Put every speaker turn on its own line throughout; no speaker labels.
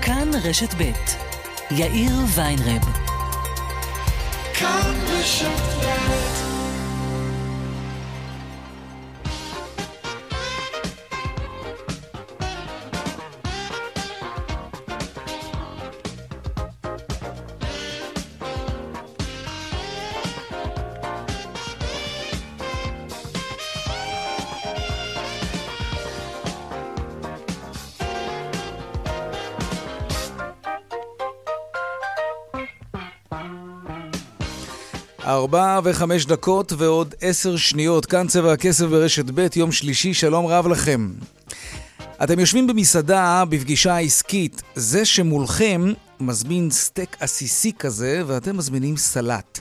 כאן רשת ב' יאיר ויינרב. כאן רשת ב'.
ארבע וחמש דקות ועוד 10 שניות, כאן צבע הכסף ברשת ב', יום שלישי, שלום רב לכם. אתם יושבים במסעדה בפגישה עסקית, זה שמולכם מזמין סטייק עסיסי כזה ואתם מזמינים סלט.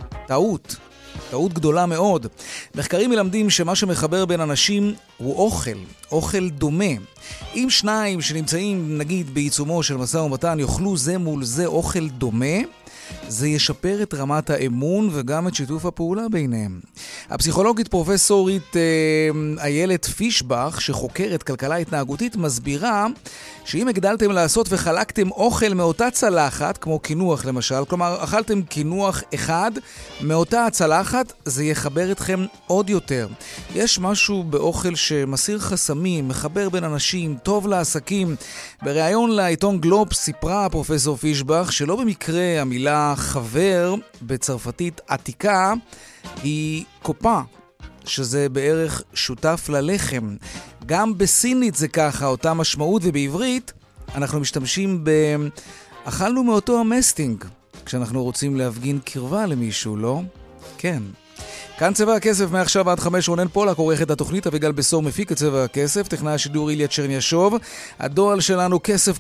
טעות גדולה מאוד. מחקרים מלמדים שמה שמחבר בין אנשים הוא אוכל דומה. אם שניים שנמצאים נגיד בעיצומו של משא ומתן יאכלו זה מול זה אוכל דומה, זה ישפר את רמת האמון וגם את שיתוף הפעולה ביניהם. הפסיכולוגית פרופסורית איילת פישבך, שחוקרת כלכלה התנהגותית, מסבירה שאם הגדלתם לעשות וחלקתם אוכל מאותה צלחת, כמו קינוח למשל, כלומר אכלתם קינוח אחד מאותה הצלחת, זה יחבר אתכם עוד יותר. יש משהו באוכל שמסיר חסמים, מחבר בין אנשים, טוב לעסקים. בריאיון לעיתון גלובס סיפרה פרופסור פישבך שלא במקרה המילה חבר בצרפתית עתיקה היא קופה, שזה בערך שותף ללחם. גם בסינית זה ככה, אותה משמעות, ובעברית אנחנו משתמשים אכלנו מאותו המסטינג, כשאנחנו רוצים להפגין קרבה למישהו, לא? כן. כאן צבע הכסף מעכשיו עד 5, רונן פולק עורך את התוכנית, אביגל בסור מפיק את צבע הכסף, טכנאי השידור איליה צ'רניאשוב. הדואל שלנו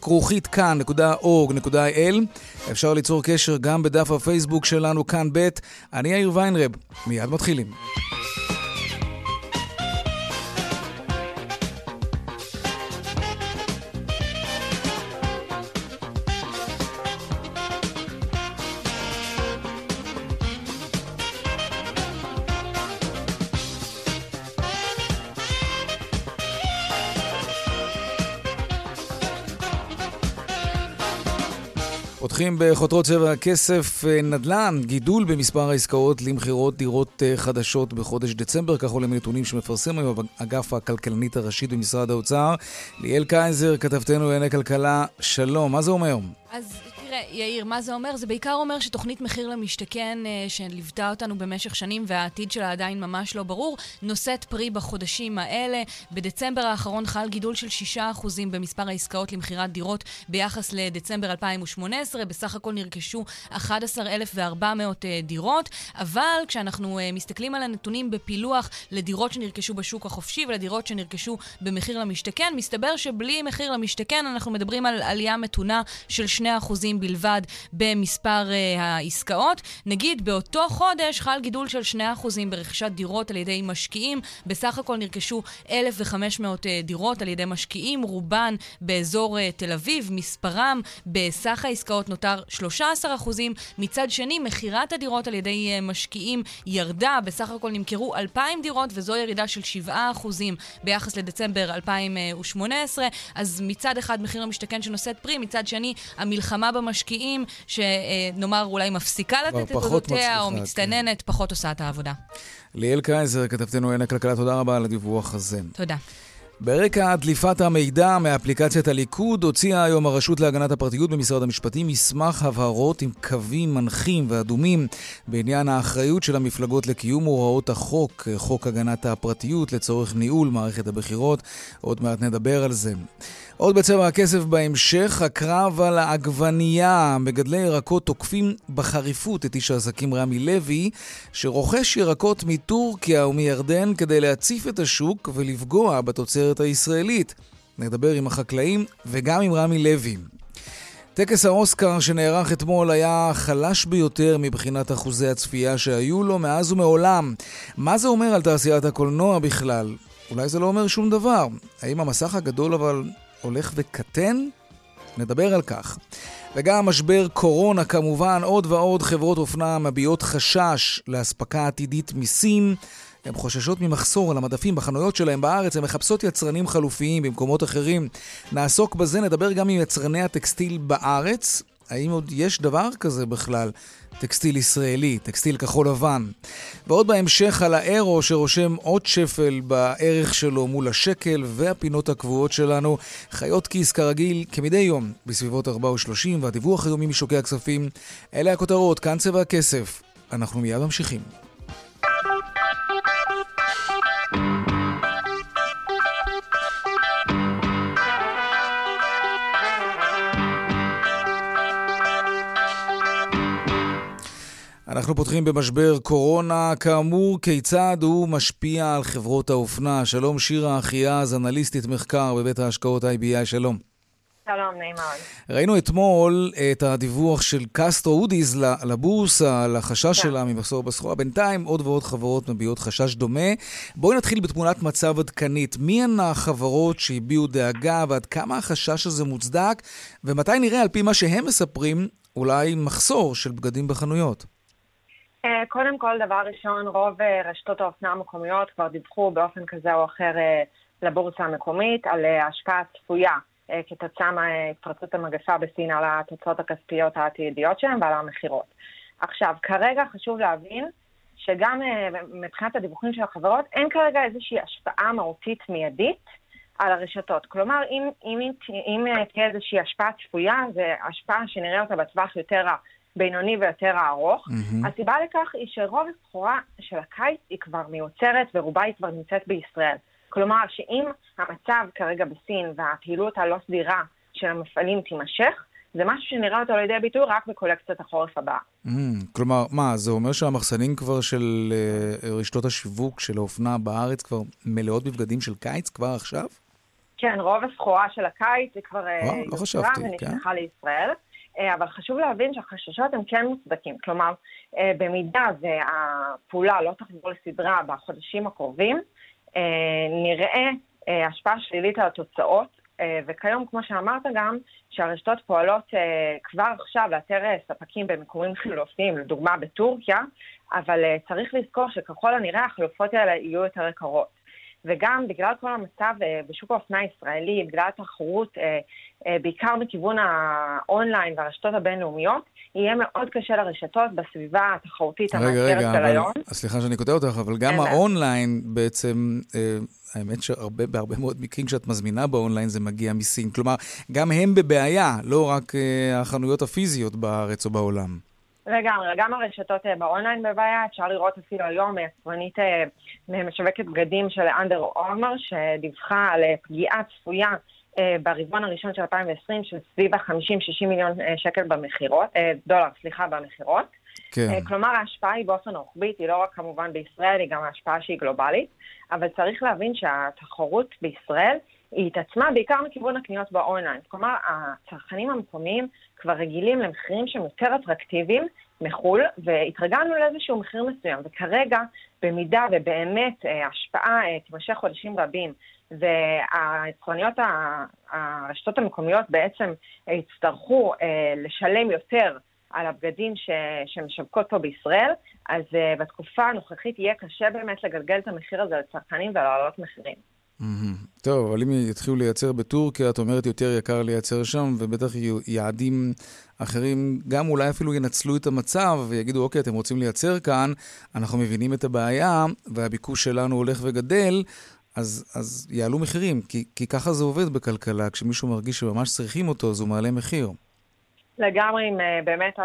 כסף@כאן.org.il. אפשר ליצור קשר גם בדף הפייסבוק שלנו כאן ב'. אני יאיר ויינרב, מיד מתחילים. פותחים בחותרות צבע הכסף. נדל"ן, גידול במספר העסקאות למחירות דירות חדשות בחודש דצמבר, כך עולה מנתונים שמפרסם היום אגף הכלכלנית הראשית במשרד האוצר. ליאל קייזר, כתבתנו לענייני כלכלה, שלום, מה זה אומר?
אז תראה, יאיר, מה זה אומר? זה בעיקר אומר שתוכנית מחיר למשתכן שליוותה אותנו במשך שנים והעתיד שלה עדיין ממש לא ברור, נושאת פרי בחודשים האלה. בדצמבר האחרון חל גידול של 6% במספר העסקאות למחירת דירות ביחס לדצמבר 2018. בסך הכל נרכשו 11,400 דירות, אבל כשאנחנו מסתכלים על הנתונים בפילוח לדירות שנרכשו בשוק החופשי ולדירות שנרכשו במחיר למשתכן, מסתבר שבלי מחיר למשתכן אנחנו מדברים על עלייה מתונה של 2% בלבד במספר העסקאות. נגיד באותו חודש חל גידול של 2% ברכישת דירות על ידי משקיעים. בסך הכל נרכשו 1,500 דירות על ידי משקיעים, רובן באזור תל אביב. מספרם בסך העסקאות נותר 13%. מצד שני, מחירת הדירות על ידי משקיעים ירדה. בסך הכל נמכרו 2,000 דירות, וזו ירידה של 7% ביחס לדצמבר 2018. אז מצד אחד מחיר המשתכן שנושאת פרי, מצד שני המלחמה במשקיעים שנאמר אולי מפסיקה לתת את עבודותיה או מצטננת, פחות עושה את העבודה.
ליאל קייזר, כתבתנו לענייני כלכלה, תודה רבה על הדיווח הזה.
תודה.
ברקע דליפת המידע מאפליקציית הליכוד, הוציאה היום הרשות להגנת הפרטיות במשרד המשפטים מסמך הבהרות עם קווים מנחים ואדומים בעניין האחריות של המפלגות לקיום הוראות החוק, חוק הגנת הפרטיות, לצורך ניהול מערכת הבחירות. עוד מעט נדבר על זה. עוד בצבע הכסף בהמשך, הקרב על העגבנייה. מגדלי ירקות תוקפים בחריפות את איש העסקים רמי לוי, שרוכש ירקות מטורקיה ומירדן כדי להציף את השוק ולפגוע בתוצרת הישראלית. נדבר עם החקלאים וגם עם רמי לוי. טקס האוסקר שנערך אתמול היה חלש ביותר מבחינת אחוזי הצפייה שהיו לו מאז ומעולם. מה זה אומר על תעשיית הקולנוע בכלל? אולי זה לא אומר שום דבר. האם המסך הגדול אבל הולך וקטן? נדבר על כך. וגם משבר קורונה כמובן, עוד ועוד חברות אופנה מביעות חשש להספקה עתידית מסין. הן חוששות ממחסור על המדפים בחנויות שלהם בארץ, הן מחפשות יצרנים חלופיים במקומות אחרים. נעסוק בזה, נדבר גם עם יצרני הטקסטיל בארץ. האם עוד יש דבר כזה בכלל? טקסטיל ישראלי, טקסטיל כחול לבן. ועוד בהמשך על האירו שרושם עוד שפל בערך שלו מול השקל, והפינות הקבועות שלנו, חיות כיס כרגיל כמדי יום בסביבות 4:30, והדיווח היומי משוקי הכספים. אלה הכותרות, כאן צבע הכסף. אנחנו מיד ממשיכים. אנחנו פותחים במשבר קורונה, כאמור, כיצד הוא משפיע על חברות האופנה. שלום שירה אחייז, אנליסטית מחקר בבית ההשקעות IBI, שלום.
שלום, נעים מאוד.
ראינו אתמול את הדיווח של קסטרו אודי'ס לבורסה, על החשש שלה ממחסור בסחורה. בינתיים עוד ועוד חברות מביעות חשש דומה. בואי נתחיל בתמונת מצב עדכנית. מי הן החברות שהביעו דאגה ועד כמה החשש הזה מוצדק, ומתי נראה על פי מה שהם מספרים אולי מחסור של בגדים בחנויות?
קודם כל, דבר ראשון, רוב רשתות האופנה המקומיות כבר דיווחו באופן כזה או אחר לבורסה המקומית על ההשפעה הצפויה כתוצאה מהתפרצות המגפה בסין על התוצאות הכספיות העתידיות שלהם ועל המחירות. עכשיו, כרגע חשוב להבין שגם מבחינת הדיווחים של החברות, אין כרגע איזושהי השפעה מהותית מיידית על הרשתות. כלומר, אם תהיה איזושהי השפעה צפויה, זה השפעה שנראה אותה בטווח יותר בינוני ויותר הארוך. הסיבה לכך היא שרוב הסחורה של הקיץ היא כבר מיוצרת ורובה היא כבר נמצאת בישראל. כלומר, שאם המצב כרגע בסין והפעילות הלא סדירה של המפעלים תימשך, זה משהו שנראה אותו לידי ביטוי רק בקולקציית החורף הבאה.
כלומר, מה, זה אומר שהמחסנים כבר של רשתות השיווק של האופנה בארץ כבר מלאות בבגדים של קיץ כבר עכשיו?
כן, רוב הסחורה של הקיץ היא כבר
לא חשבתי,
ונשלחה לישראל. אבל חשוב להבין שהחששות הם כן מוצדקים. כלומר, במידה והפעולה לא תחזור לסדרה בחודשים הקרובים, נראה השפעה שלילית על התוצאות, וכיום, כמו שאמרת גם, שהרשתות פועלות כבר עכשיו לאתר ספקים במקומים חלופיים, לדוגמה בטורקיה, אבל צריך לזכור שככל הנראה החלופות האלה יהיו יותר יקרות. וגם בגלל כל המצב בשוק האופנה הישראלי, בגלל התחרות, בעיקר בכיוון האונליין והרשתות הבינלאומיות, יהיה מאוד קשה לרשתות בסביבה התחרותית המאתגרת של היום.
סליחה שאני קוטע אותך, אבל גם האונליין בעצם, האמת שבהרבה מאוד מקרים כשאת מזמינה באונליין זה מגיע מסין. כלומר, גם הם בבעיה, לא רק החנויות הפיזיות בארץ או בעולם.
לגמרי, גם הרשתות באונליין בבעיה, אפשר לראות אפילו היום יצרנית משווקת בגדים של אנדר ארמור, שדיווחה על פגיעה צפויה ברבעון הראשון של 2020, של סביב ה-50-60 מיליון שקל במחירות, דולר, במחירות.
כן.
כלומר, ההשפעה היא באופן רוחבית, היא לא רק כמובן בישראל, היא גם ההשפעה שהיא גלובלית, אבל צריך להבין שהתחרות בישראל היא התעצמה בעיקר מכיוון הקניות באונליין. כלומר, הצרכנים המקומיים כבר רגילים למחירים שהם יותר אטרקטיביים מחול, והתרגלנו לאיזשהו מחיר מסוים. וכרגע, במידה ובאמת ההשפעה תימשך חודשים רבים, והיצרניות, הרשתות המקומיות בעצם יצטרכו לשלם יותר על הבגדים שמשווקות פה בישראל, אז בתקופה הנוכחית יהיה קשה באמת לגלגל את המחיר הזה לצרכנים ולהעלות מחירים.
טוב, אבל אם יתחילו לייצר בטורקיה, את אומרת יותר יקר לייצר שם, ובטח יעדים אחרים גם אולי אפילו ינצלו את המצב ויגידו, אוקיי, אתם רוצים לייצר כאן, אנחנו מבינים את הבעיה, והביקוש שלנו הולך וגדל, אז יעלו מחירים, כי ככה זה עובד בכלכלה, כשמישהו מרגיש שממש צריכים אותו, אז הוא מעלה מחיר.
לגמרי, עם באמת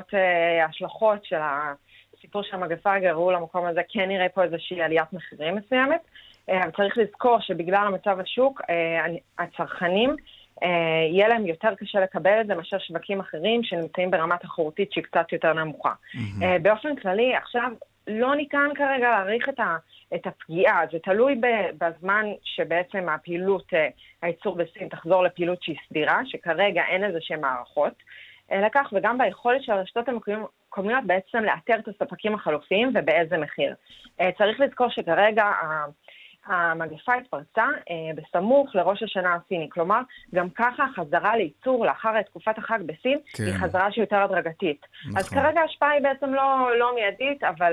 ההשלכות של הסיפור של המגפה גרעו למקום הזה, כן נראה פה איזושהי עליית מחירים מסוימת, אבל צריך לזכור שבגלל המצב השוק, הצרכנים, יהיה להם יותר קשה לקבל את זה מאשר שווקים אחרים שנמצאים ברמה תחרותית שהיא קצת יותר נמוכה. באופן כללי, עכשיו לא ניתן כרגע להעריך את הפגיעה, זה תלוי בזמן שבעצם הפעילות, הייצור בסין תחזור לפעילות שהיא סדירה, שכרגע אין איזה שהן מערכות לכך, וגם ביכולת של הרשתות המקומיות בעצם לאתר את הספקים החלופיים ובאיזה מחיר. צריך לזכור שכרגע המגפה התפרצה בסמוך לראש השנה הסיני, כלומר, גם ככה חזרה לייצור לאחר תקופת החג בסין, היא חזרה שהיא יותר הדרגתית. אז כרגע ההשפעה היא בעצם לא מיידית, אבל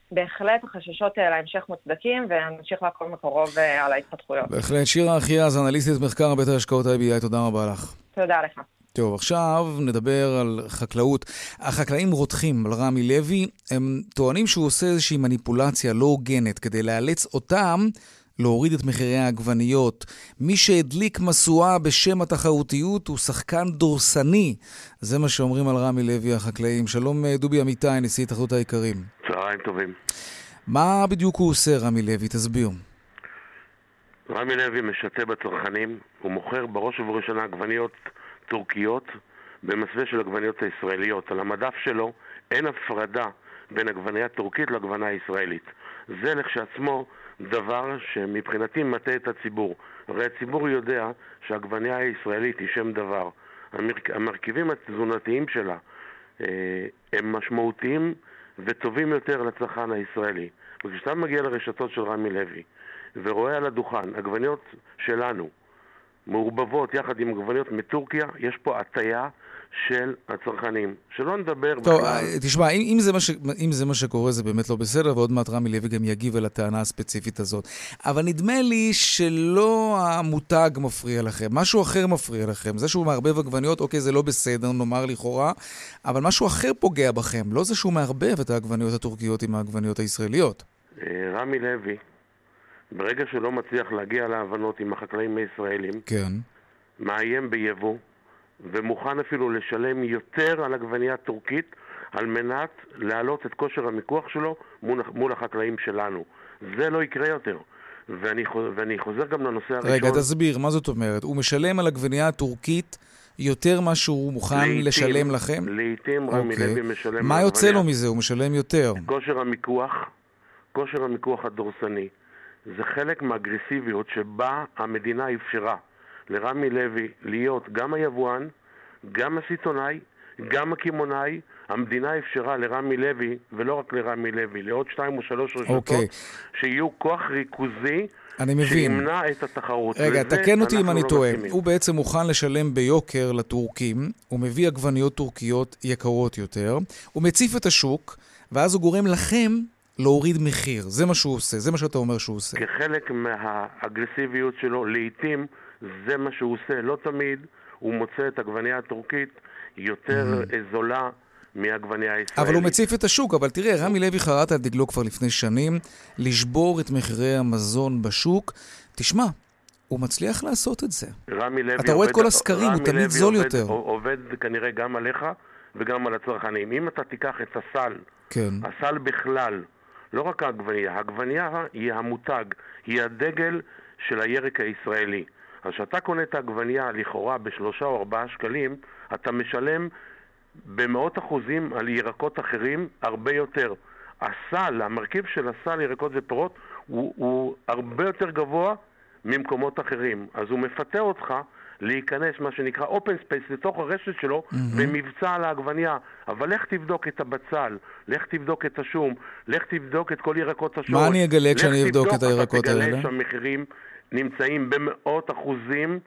בהחלט החששות להמשך מוצדקים, ונמשיך לעקוב מקרוב על ההתפתחויות.
בהחלט. שירה אחיעז, אנליסטית מחקר בית ההשקעות IBI, תודה רבה לך.
תודה לך.
טוב, עכשיו נדבר על חקלאות. החקלאים רותחים על רמי לוי, הם טוענים שהוא עושה איזושהי מניפולציה לא הוגנת כדי לאלץ אותם להוריד את מחירי העגבניות. מי שהדליק מסועה בשם התחרותיות הוא שחקן דורסני. זה מה שאומרים על רמי לוי החקלאים. שלום דובי אמיתי, נשיא התאחדות האיכרים.
צהריים טובים.
מה בדיוק הוא עושה רמי לוי? תסביר.
רמי לוי משתה בצרכנים, הוא מוכר בראש ובראשונה עגבניות טורקיות במסווה של עגבניות הישראליות. על המדף שלו אין הפרדה בין עגבנייה טורקית לעגבנייה הישראלית. זה לכשעצמו דבר שמבחינתי מטה את הציבור. הרי הציבור יודע שהעגבנייה הישראלית היא שם דבר. המרכיבים התזונתיים שלה הם משמעותיים וטובים יותר לצרכן הישראלי. וכשאתה מגיע לרשתות של רמי לוי ורואה על הדוכן עגבניות שלנו מעורבבות יחד עם עגבניות מטורקיה, יש פה הטיה של הצרכנים. שלא נדבר
טוב, תשמע, אם זה מה שקורה זה באמת לא בסדר, ועוד מעט רמי לוי גם יגיב על הטענה הספציפית הזאת. אבל נדמה לי שלא המותג מפריע לכם, משהו אחר מפריע לכם. זה שהוא מערבב עגבניות, אוקיי, זה לא בסדר, נאמר לכאורה, אבל משהו אחר פוגע בכם. לא זה שהוא מערבב את העגבניות הטורקיות עם העגבניות הישראליות.
רמי לוי, ברגע שלא מצליח להגיע להבנות עם החקלאים הישראלים, כן. מאיים ביבוא, ומוכן אפילו לשלם יותר על עגבנייה טורקית על מנת להעלות את כושר המיקוח שלו מול החקלאים שלנו. זה לא יקרה יותר. ואני חוזר גם לנושא הראשון.
רגע, תסביר, מה זאת אומרת? הוא משלם על עגבנייה הטורקית יותר מה שהוא מוכן לשלם לכם?
לעתים רמי לוי משלם.
מה יוצא לו מזה? הוא משלם יותר.
כושר המיקוח הדורסני. זה חלק מהאגרסיביות שבה המדינה אפשרה לרמי לוי להיות גם היבואן, גם הסיטונאי, גם הקימונאי. המדינה אפשרה לרמי לוי, ולא רק לרמי לוי, לעוד 2 או 3 רשתות, שיהיו כוח ריכוזי שימנע את התחרות.
רגע, תקן אותי אם אני טועה. הוא בעצם מוכן לשלם ביוקר לטורקים, הוא מביא עגבניות טורקיות יקרות יותר, הוא מציף את השוק, ואז הוא גורם לכם להוריד מחיר. זה מה שהוא עושה, זה מה שאתה אומר שהוא עושה.
כחלק מהאגרסיביות שלו, לעתים זה מה שהוא עושה. לא תמיד הוא מוצא את העגבנייה הטורקית יותר זולה מהעגבנייה הישראלית.
אבל הוא מציף את השוק. אבל תראה, רמי לוי חרט על דגלו כבר לפני שנים לשבור את מחירי המזון בשוק. תשמע, הוא מצליח לעשות את זה. אתה רואה את כל הסקרים, הוא תמיד זול יותר.
עובד כנראה גם עליך וגם על הצרכנים. אם אתה תיקח את הסל, הסל בכלל, לא רק העגבנייה, העגבנייה היא המותג, היא הדגל של הירק הישראלי. אז שאתה קונה את העגבנייה לכאורה ב3 או 4 שקלים, אתה משלם במאות אחוזים על ירקות אחרים הרבה יותר. הסל, המרכיב של הסל ירקות ופירות הוא הרבה יותר גבוה ממקומות אחרים. אז הוא מפתה אותך להיכנס, מה שנקרא open space, לתוך הרשת שלו, במבצע על העגבנייה. אבל לך תבדוק את הבצל, לך תבדוק את השום, לך תבדוק את כל ירקות השורש.
מה אני אגלה כשאני אבדוק את הירקות האלה?
אתה תגלה שהמחירים נמצאים במאות אחוזים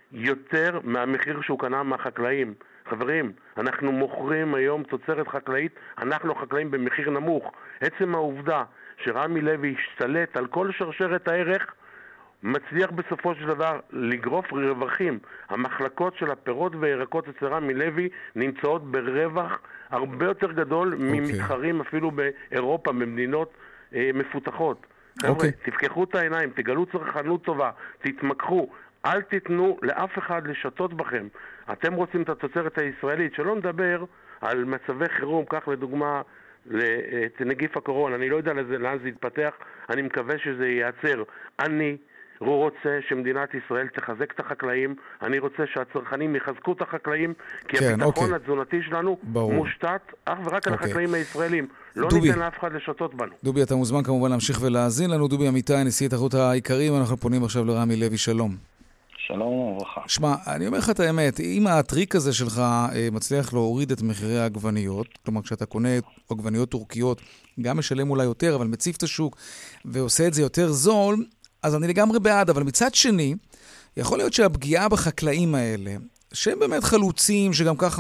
יותר מהמחיר שהוא קנה מהחקלאים. חברים, אנחנו מוכרים היום תוצרת חקלאית, אנחנו חקלאים במחיר נמוך. עצם העובדה שרמי לוי השתלט על כל שרשרת הערך, מצליח בסופו של דבר לגרוף רווחים. המחלקות של הפירות והירקות אצל רמי לוי נמצאות ברווח הרבה יותר גדול ממתחרים אפילו באירופה, במדינות מפותחות. חבר'ה, תפקחו את העיניים, תגלו צרכנות טובה, תתמקחו, אל תיתנו לאף אחד לשתות בכם. אתם רוצים את התוצרת הישראלית, שלא נדבר על מצבי חירום, כך לדוגמה את נגיף הקורונה. אני לא יודע לאן זה יתפתח, אני מקווה שזה ייעצר. אני רוצה שמדינת ישראל תחזק את החקלאים, אני רוצה שהצרכנים יחזקו את החקלאים, כי הביטחון התזונתי שלנו מושתת אך ורק על החקלאים הישראלים. לא ניתן לאף אחד לשתות בנו.
דובי, אתה מוזמן כמובן להמשיך ולהאזין לנו. דובי אמיתי, נשיא התאחדות האיכרים, אנחנו פונים עכשיו לרמי לוי. שלום.
שלום וברכה.
שמע, אני אומר לך את האמת, אם הטריק הזה שלך מצליח להוריד את מחירי העגבניות, כלומר כשאתה קונה עגבניות טורקיות, גם משלם אולי יותר, אבל מציף את השוק ועושה את זה יותר זול, אז אני לגמרי בעד. אבל מצד שני, יכול להיות שהפגיעה בחקלאים האלה, שהם באמת חלוצים, שגם ככה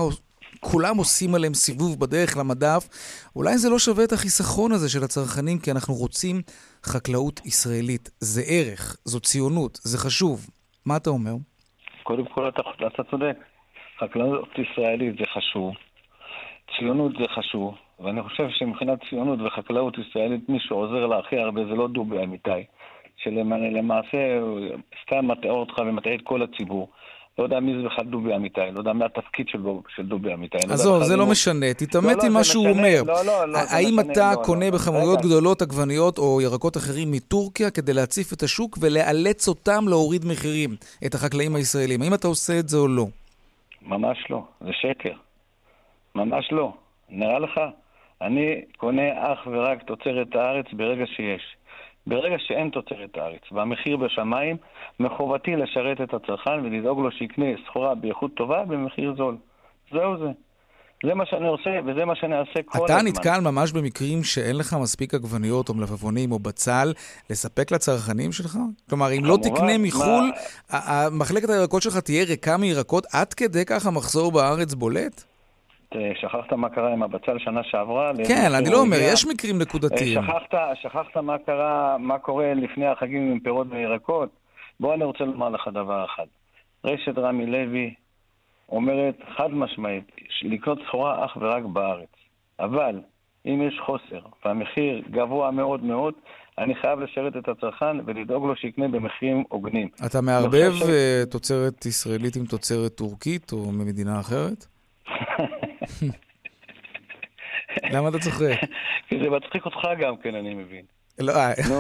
כולם עושים עליהם סיבוב בדרך למדף, אולי זה לא שווה את החיסכון הזה של הצרכנים, כי אנחנו רוצים חקלאות ישראלית. זה ערך, זו ציונות, זה חשוב. מה אתה אומר?
קודם כל אתה צודק. חקלאות ישראלית זה חשוב. ציונות זה חשוב. ואני חושב שמבחינת ציונות וחקלאות ישראלית, מי שעוזר לה הכי הרבה זה לא דובי אמיתי. שלמעשה סתם מטעה אותך ומטעה את כל הציבור. לא יודע מי זה בכלל דובי אמיתי, לא יודע מה התפקיד של דובי אמיתי.
עזוב, זה לא משנה, תתאמת עם מה שהוא אומר. האם אתה קונה בכמויות גדולות עגבניות או ירקות אחרים מטורקיה כדי להציף את השוק ולאלץ אותם להוריד מחירים, את החקלאים הישראלים? האם אתה עושה את זה או לא?
ממש לא, זה שקר. ממש לא. נראה לך, אני קונה אך ורק תוצרת הארץ ברגע שיש. ברגע שאין תוצרת הארץ, והמחיר בשמיים, מחובתי לשרת את הצרכן ולדאוג לו שיקנה סחורה באיכות טובה במחיר זול. זהו זה. זה מה שאני עושה, וזה מה שאני אעשה כל הזמן.
אתה נתקל ממש במקרים שאין לך מספיק עגבניות או מלפפונים או בצל לספק לצרכנים שלך? כלומר, אם לא תקנה מחול, מחלקת הירקות שלך תהיה ריקה מירקות, עד כדי כך המחסור בארץ בולט?
שכחת מה קרה עם הבצל שנה שעברה?
כן, אני לא אומר, יש מקרים נקודתיים.
שכחת מה קורה לפני החגים עם פירות וירקות? בוא אני רוצה לומר לך דבר אחד. רשת רמי לוי אומרת חד משמעית, לקנות סחורה אך ורק בארץ. אבל אם יש חוסר והמחיר גבוה מאוד מאוד, אני חייב לשרת את הצרכן ולדאוג לו שיקנה במחירים הוגנים.
אתה מערבב תוצרת ישראלית עם תוצרת טורקית או ממדינה אחרת? למה אתה צוחק?
כי זה מצחיק אותך גם כן, אני מבין.
לא,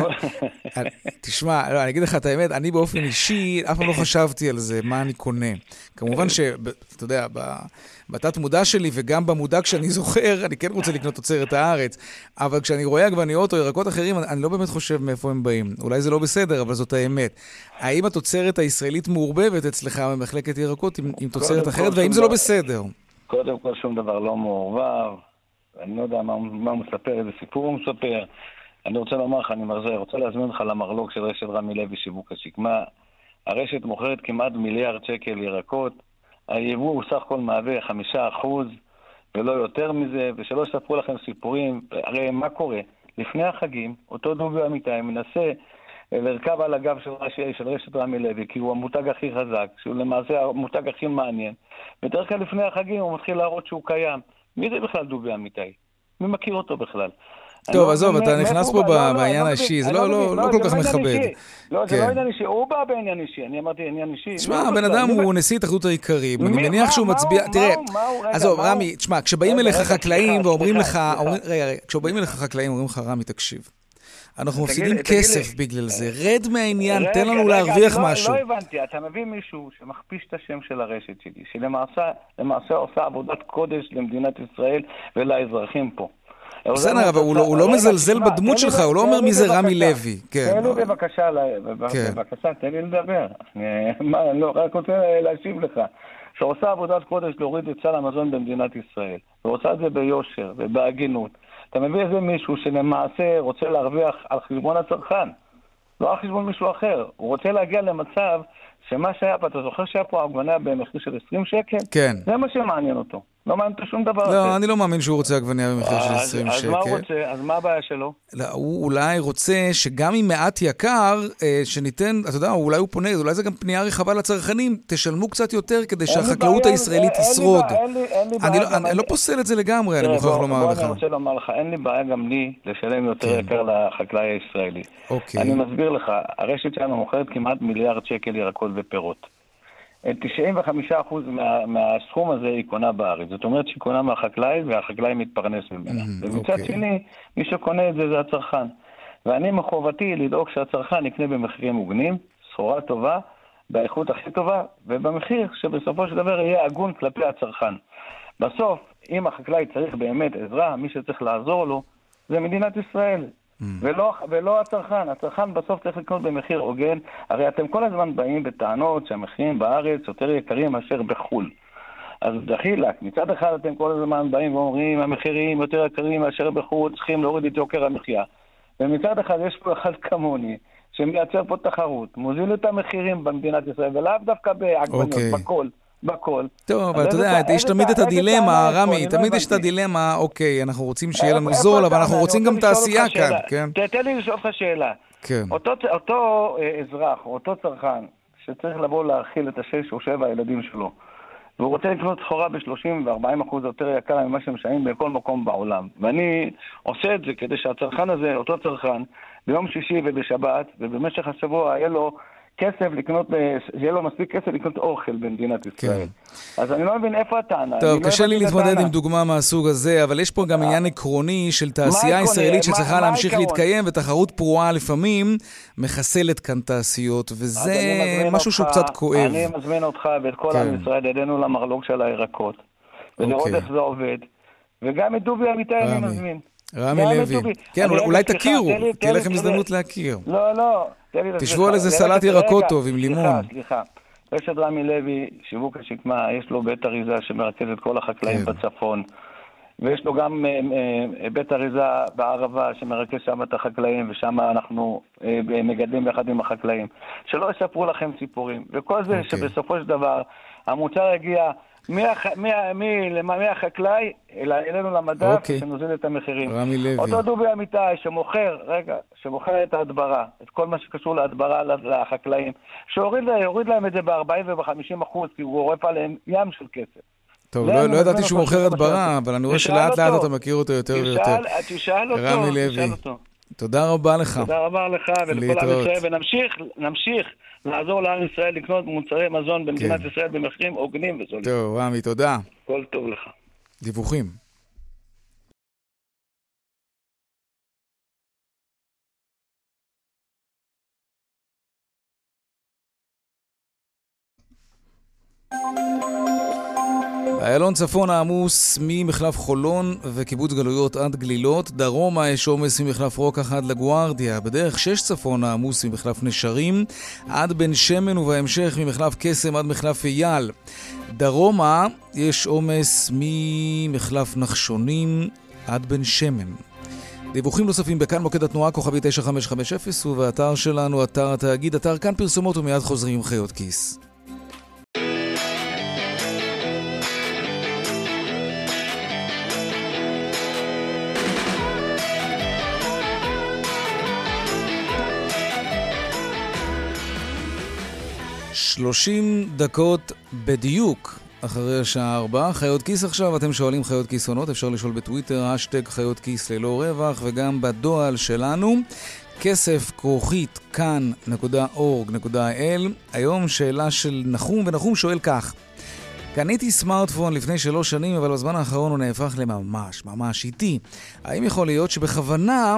תשמע, אני אגיד לך את האמת, אני באופן אישי אף פעם לא חשבתי על זה, מה אני קונה. כמובן שאתה יודע, בתת מודע שלי וגם במודע כשאני זוכר, אני כן רוצה לקנות תוצרת הארץ, אבל כשאני רואה עגבניות או ירקות אחרים, אני לא באמת חושב מאיפה הם באים. אולי זה לא בסדר, אבל זאת האמת. האם התוצרת הישראלית מעורבבת אצלך במחלקת ירקות עם תוצרת אחרת, והאם זה לא בסדר?
קודם כל שום דבר לא מעורבב, אני לא יודע מה הוא מספר, איזה סיפור הוא מספר. אני רוצה לומר לך, אני רוצה להזמין אותך למרלוג של רשת רמי לוי שיווק השקמה. הרשת מוכרת כמעט מיליארד שקל ירקות, היבוא הוא סך הכל מהווה 5% ולא יותר מזה, ושלא יספרו לכם סיפורים. הרי מה קורה? לפני החגים, אותו דובי אמיתי מנסה לרכב על הגב של רשת רמי לוי, כי הוא המותג הכי חזק, שהוא למעשה המותג הכי מעניין. בדרך כלל לפני החגים הוא מתחיל להראות שהוא קיים. מי זה בכלל דובי אמיתי? מי מכיר אותו בכלל?
טוב, עזוב, אתה נכנס פה בעניין האישי, זה לא כל כך מכבד.
לא, זה לא עניין אישי, הוא בא בעניין אישי, אני אמרתי עניין אישי.
תשמע, הבן אדם הוא נשיא התאחדות האיכרים, אני מניח שהוא מצביע, תראה, עזוב, רמי, תשמע, כשבאים אליך חקלאים ואומרים לך, רגע, כשבאים אליך חקלאים ואומרים לך, רמי, תקשיב, אנחנו מפסידים כסף בגלל זה, רד מהעניין, תן לנו להרוויח משהו.
לא הבנתי, אתה מביא מישהו שמכפיש את השם של הרשת שלי, שלמעשה עושה עבודת קודש למדינת ישראל ולאזרחים פה.
בסדר, אבל הוא לא מזלזל בדמות שלך, הוא לא אומר מי זה רמי לוי.
תן לי בבקשה, תן לי לדבר. אני רק רוצה להשיב לך. שעושה עבודת קודש להוריד את סל המזון במדינת ישראל, ועושה את זה ביושר ובהגינות. אתה מביא איזה מישהו שלמעשה רוצה להרוויח על חשבון הצרכן, לא על חשבון מישהו אחר. הוא רוצה להגיע למצב שמה שהיה פה, אתה זוכר שהיה פה עגבניה במחיר של 20 שקל?
כן.
זה מה שמעניין אותו. לא מעניין אותו שום דבר.
לא, אני לא מאמין שהוא רוצה עגבניה במחיר של 20 שקל.
אז מה הוא רוצה? אז מה הבעיה שלו?
לא, הוא אולי רוצה שגם עם מעט יקר, שניתן, אתה יודע, אולי הוא פונה, אולי זה גם פנייה רחבה לצרכנים, תשלמו קצת יותר כדי שהחקלאות הישראלית תשרוד. אני לא פוסל את זה לגמרי, אני מוכרח לומר לך.
אני רוצה לומר לך, אין לי בעיה גם לי לשלם יותר יקר לחקלאי הישראלי. אני מסביר לך, הרשת שלנו מוכרת כמעט מיליארד שקל ירקות ופירות. 95% מהסכום הזה היא קונה בארץ. זאת אומרת שהיא קונה מהחקלאי, והחקלאי מתפרנס ממנה. ומצד שני, מי שקונה את זה זה הצרכן. ואני מחובתי לדאוג שהצרכן יקנה במחירים מוגנים, סחורה טובה, באיכות הכי טובה, ובמחיר שבסופו של דבר יהיה הגון כלפי הצרכן. בסוף, אם החקלאי צריך באמת עזרה, מי שצריך לעזור לו, זה מדינת ישראל. ולא הצרכן. הצרכן בסוף צריך לקנות במחיר הוגן. הרי אתם כל הזמן באים בטענות שהמחירים בארץ יותר יקרים מאשר בחול. אז דחילק, מצד אחד אתם כל הזמן באים ואומרים המחירים יותר יקרים מאשר בחול, צריכים להוריד את יוקר המחיה. ומצד אחד יש פה אחד כמוני שמייצר פה תחרות, מוזיל את המחירים במדינת ישראל, ולאו דווקא בעגבניות, בכל. בכל.
טוב, אבל אתה יודע, יש תמיד את הדילמה, רמי, תמיד יש את הדילמה, אוקיי, אנחנו רוצים שיהיה לנו זול, אבל אנחנו רוצים גם תעשייה כאן, כן?
תתן לי לשאול אותך שאלה.
כן.
אותו אזרח, אותו צרכן, שצריך לבוא להאכיל את 6 או 7 הילדים שלו, והוא רוצה לקנות סחורה ב-30% ו-40% יותר יקר ממה שהם משלמים בכל מקום בעולם. ואני עושה את זה כדי שהצרכן הזה, אותו צרכן, ביום שישי ובשבת, ובמשך השבוע יהיה לו כסף לקנות, יהיה לו מספיק כסף לקנות אוכל במדינת ישראל. אז אני לא מבין איפה הטענה.
טוב, קשה לי להתמודד עם דוגמה מהסוג הזה, אבל יש פה גם עניין עקרוני של תעשייה ישראלית שצריכה להמשיך להתקיים, ותחרות פרועה לפעמים מחסלת כאן תעשיות, וזה משהו שהוא קצת כואב.
אני מזמין אותך ואת כל עם ישראל ידינו למרלוג של הירקות, ולראות איך זה עובד. וגם את דובי אמיתי אני מזמין.
רמי לוי. כן, אולי תכירו, תהיה לכם הזדמנות להכיר.
לא.
תשבו על איזה סלט ירקות טוב עם לימון.
סליחה. רשת רמי לוי, שיווק השקמה, יש לו בית אריזה שמרכז את כל החקלאים בצפון. ויש לו גם בית אריזה בערבה שמרכז שם את החקלאים, ושם אנחנו מגדלים ביחד עם החקלאים. שלא יספרו לכם סיפורים. וכל זה שבסופו של דבר המוצר יגיע מהחקלאי אלינו למדף, שנוזיל את המחירים.
רמי לוי.
אותו דובי אמיתי שמוכר את ההדברה, את כל מה שקשור להדברה לחקלאים, שיוריד להם את זה ב-40% ו-50%, כי הוא עורף עליהם ים של כסף.
טוב, לא ידעתי שהוא מוכר הדברה, אבל אני רואה שלאט לאט אתה מכיר אותו יותר ויותר.
תשאל אותו.
רמי לוי. תודה רבה לך.
תודה רבה לך ולכל עם ישראל, ונמשיך לעזור לעם ישראל לקנות מוצרי מזון במדינת ישראל במחירים הוגנים וזולים.
טוב, רמי, תודה.
כל טוב לך.
דיווחים. איילון צפון העמוס ממחלף חולון וקיבוץ גלויות עד גלילות, דרומה יש עומס ממחלף רוקח עד לגוארדיה, בדרך 6 צפון העמוס ממחלף נשרים עד בן שמן ובהמשך ממחלף קסם עד מחלף אייל. דרומה יש עומס ממחלף נחשונים עד בן שמן. דיווחים נוספים בכאן מוקד התנועה כוכבי 9550 ובאתר שלנו, אתר התאגיד, אתר כאן פרסומות ומיד חוזרים עם חיות כיס. דקות בדיוק אחרי השעה 4. חיות כיס עכשיו, אתם שואלים חיות כיס עונות, אפשר לשאול בטוויטר, השטג חיות כיס ללא רווח, וגם בדואל שלנו, כסף@כאן.org.il. היום שאלה של נחום, ונחום שואל כך: קניתי סמארטפון לפני 3 שנים, אבל בזמן האחרון הוא נהפך ממש איטי. האם יכול להיות שבכוונה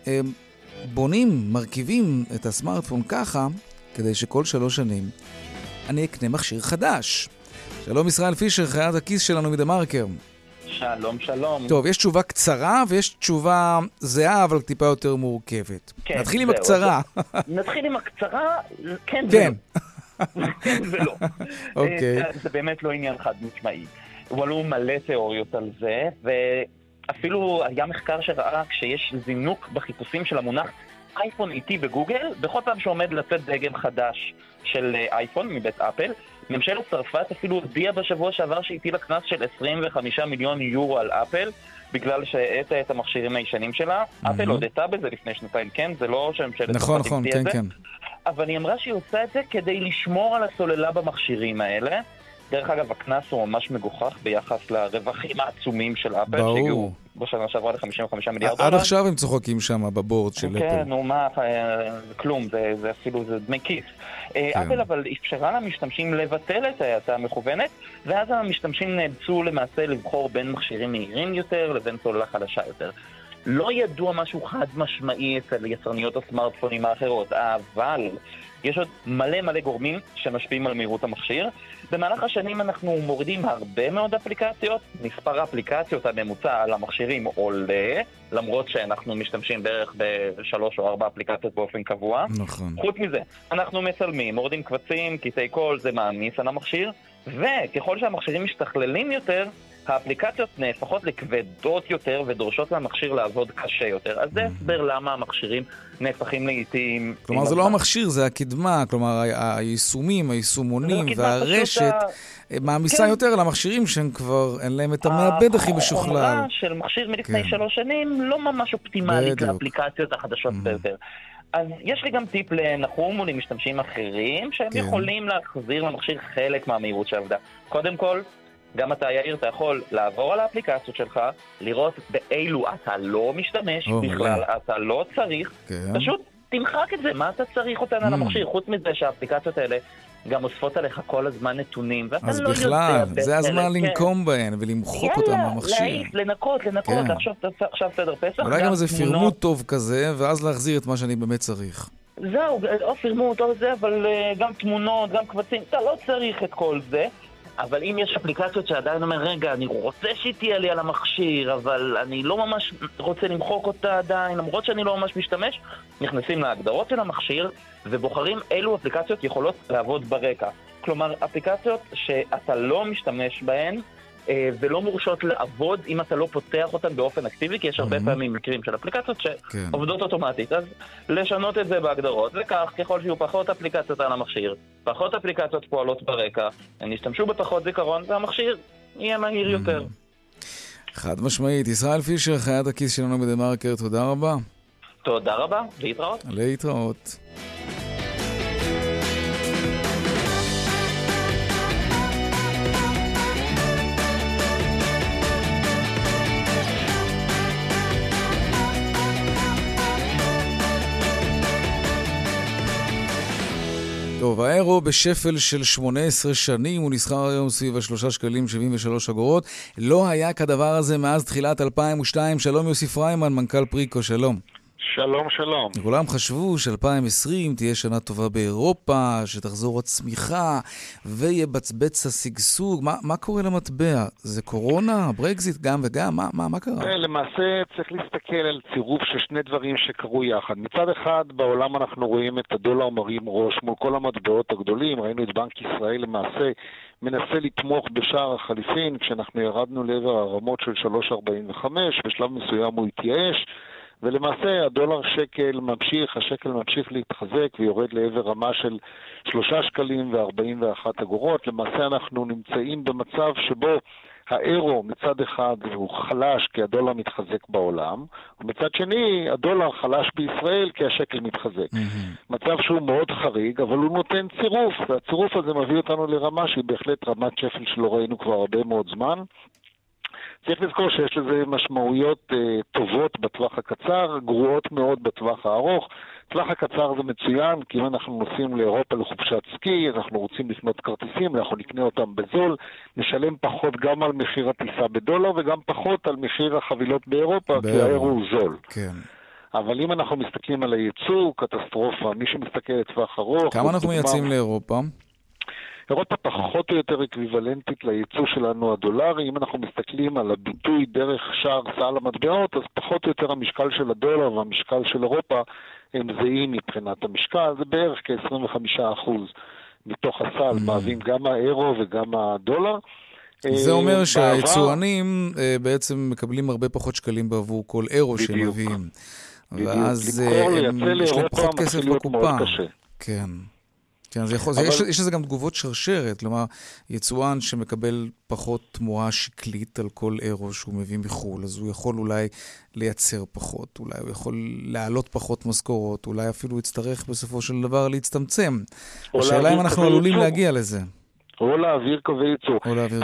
מרכיבים את הסמארטפון ככה, כדי שכל 3 שנים אני אקנה מכשיר חדש? שלום ישראל פישר, חיית הכיס שלנו מדמרקר.
שלום.
טוב, יש תשובה קצרה ויש תשובה זהה, אבל טיפה יותר מורכבת. נתחיל עם הקצרה.
נתחיל עם הקצרה, כן ולא.
אוקיי.
זה באמת לא עניין חד משמעי. הועלו מלא תיאוריות על זה, ואפילו היה מחקר שראה כשיש זינוק בחיפושים של המונח אייפון איטי בגוגל, בכל פעם שעומד לצאת דגם חדש של אייפון מבית אפל, ממשלת צרפת אפילו הודיעה בשבוע שעבר שהטילה קנס של 25 מיליון יורו על אפל, בגלל שהעתה את המכשירים הישנים שלה. אפל הודתה בזה לפני 2 כן? זה לא שממשלת צרפת הודיעה את זה. אבל היא אמרה שהיא עושה את זה כדי לשמור על הסוללה במכשירים האלה. דרך אגב, הקנס הוא ממש מגוחך ביחס לרווחים העצומים של אפל, שהגיעו בשנה שעברה ל$55 מיליארד.
עד עכשיו הם צוחקים שם בבורד של אפל.
כן, נו מה, זה כלום, זה אפילו דמי כיס. אפל אבל אפשרה למשתמשים לבטל את ההאטה המכוונת, ואז המשתמשים נאלצו למעשה לבחור בין מכשירים מהירים יותר לבין סוללה חדשה יותר. לא ידוע משהו חד משמעי אצל יצרניות הסמארטפונים האחרות, אבל יש עוד מלא גורמים שמשפיעים על מהירות המכשיר. במהלך השנים אנחנו מורידים הרבה מאוד אפליקציות, מספר האפליקציות הממוצע על המכשירים עולה, למרות שאנחנו משתמשים בערך ב3 או 4 אפליקציות באופן קבוע.
נכון.
חוץ מזה, אנחנו מצלמים, מורידים קבצים, קטעי קול, זה מעמיס על המכשיר, וככל שהמכשירים משתכללים יותר, האפליקציות נהפכות לכבדות יותר ודורשות מהמכשיר לעבוד קשה יותר. אז זה הסבר למה המכשירים נהפכים לעיתים...
כלומר, זה לא המכשיר, זה הקדמה. כלומר, היישומונים והרשת מעמיסה יותר על המכשירים שהם כבר, אין להם את המעבד הכי משוכלל.
החומרה של מכשיר מלפני 3 שנים לא ממש אופטימלית לאפליקציות החדשות ביותר. אז יש לי גם טיפ לנחום ולמשתמשים אחרים שהם יכולים להחזיר למכשיר חלק מהמהירות שעבדה. קודם כל, גם אתה, יאיר, אתה יכול לעבור על האפליקציות שלך, לראות באילו אתה לא משתמש בכלל, אתה לא צריך, פשוט תמחק את זה, מה אתה צריך אותן על המכשיר? חוץ מזה שהאפליקציות האלה גם אוספות עליך כל הזמן נתונים, ואתה
אז
לא יודע...
בכלל, זה הזמן לנקום בהן ולמחוק אותם מהמכשיר.
יאללה, לנקות, עכשיו סדר פסח.
אולי גם איזה פירמוט טוב כזה, ואז להחזיר את מה שאני באמת צריך.
זהו, או פירמוט או זה, אבל גם תמונות, גם קבצים, אתה לא צריך את כל זה. אבל אם יש אפליקציות שעדיין אומר, רגע, אני רוצה שהיא תהיה לי על המכשיר, אבל אני לא ממש רוצה למחוק אותה עדיין, למרות שאני לא ממש משתמש, נכנסים להגדרות של המכשיר, ובוחרים אילו אפליקציות יכולות לעבוד ברקע. כלומר, אפליקציות שאתה לא משתמש בהן, ולא מורשות לעבוד אם אתה לא פותח אותן באופן אקטיבי, כי יש הרבה פעמים מקרים של אפליקציות שעובדות אוטומטית. אז לשנות את זה בהגדרות, וכך ככל שיהיו פחות אפליקציות על המכשיר, פחות אפליקציות פועלות ברקע, הם ישתמשו בפחות זיכרון, והמכשיר יהיה מהיר יותר.
חד משמעית. ישראל פישר, חיית הכיס שלנו בדמרקר, תודה רבה.
תודה רבה, להתראות.
להתראות. טוב, האירו בשפל של 18 שנים, הוא נסחר היום סביב 3 שקלים 73 אגורות. לא היה כדבר הזה מאז תחילת 2002. שלום יוסי פריימן, מנכ"ל פריקו, שלום.
שלום, שלום.
כולם חשבו ש-2020 תהיה שנה טובה באירופה, שתחזור הצמיחה ויבצבץ השגשוג. מה קורה למטבע? זה קורונה, ברקזיט, גם וגם? מה קרה?
למעשה צריך להסתכל על צירוף של 2 דברים שקרו יחד. מצד אחד, בעולם אנחנו רואים את הדולר מרים ראש מול כל המטבעות הגדולים. ראינו את בנק ישראל למעשה מנסה לתמוך בשער החליפין, כשאנחנו ירדנו לעבר הרמות של 3.45, בשלב מסוים הוא התייאש, ולמעשה הדולר שקל ממשיך, השקל ממשיך להתחזק ויורד לעבר רמה של 3 שקלים ו41 אגורות. למעשה אנחנו נמצאים במצב שבו האירו מצד אחד הוא חלש כי הדולר מתחזק בעולם, ומצד שני הדולר חלש בישראל כי השקל מתחזק. מצב שהוא מאוד חריג, אבל הוא נותן צירוף, והצירוף הזה מביא אותנו לרמה שהיא בהחלט רמת שפל שלא ראינו כבר הרבה מאוד זמן. צריך לזכור שיש לזה משמעויות טובות בטווח הקצר, גרועות מאוד בטווח הארוך. טווח הקצר זה מצוין, כי אם אנחנו נוסעים לאירופה לחופשת סקי, אנחנו רוצים לקנות כרטיסים, אנחנו נקנה אותם בזול, נשלם פחות גם על מחיר הטיסה בדולר, וגם פחות על מחיר החבילות באירופה, כי האירו הוא זול.
כן.
אבל אם אנחנו מסתכלים על הייצוא, קטסטרופה, מי שמסתכל לטווח ארוך...
כמה אנחנו מייצאים לאירופה?
אירופה פחות או יותר אקוויוולנטית לייצוא שלנו הדולרי. אם אנחנו מסתכלים על הביטוי דרך שער סל המטבעות, אז פחות או יותר המשקל של הדולר והמשקל של אירופה הם זהים מבחינת המשקל. זה בערך כ-25% מתוך הסל, מהווים גם האירו וגם הדולר.
זה אומר שהיצואנים בעצם מקבלים הרבה פחות שקלים בעבור כל אירו שהם מביאים. ואז יש להם פחות כסף בקופה. כן. כן, יש לזה גם תגובות שרשרת, כלומר, יצואן שמקבל פחות תמורה שקלית על כל אירו שהוא מביא מחול, אז הוא יכול אולי לייצר פחות, אולי הוא יכול להעלות פחות משכורות, אולי אפילו יצטרך בסופו של דבר להצטמצם. השאלה אם אנחנו עלולים להגיע לזה.
או להעביר קווי ייצור.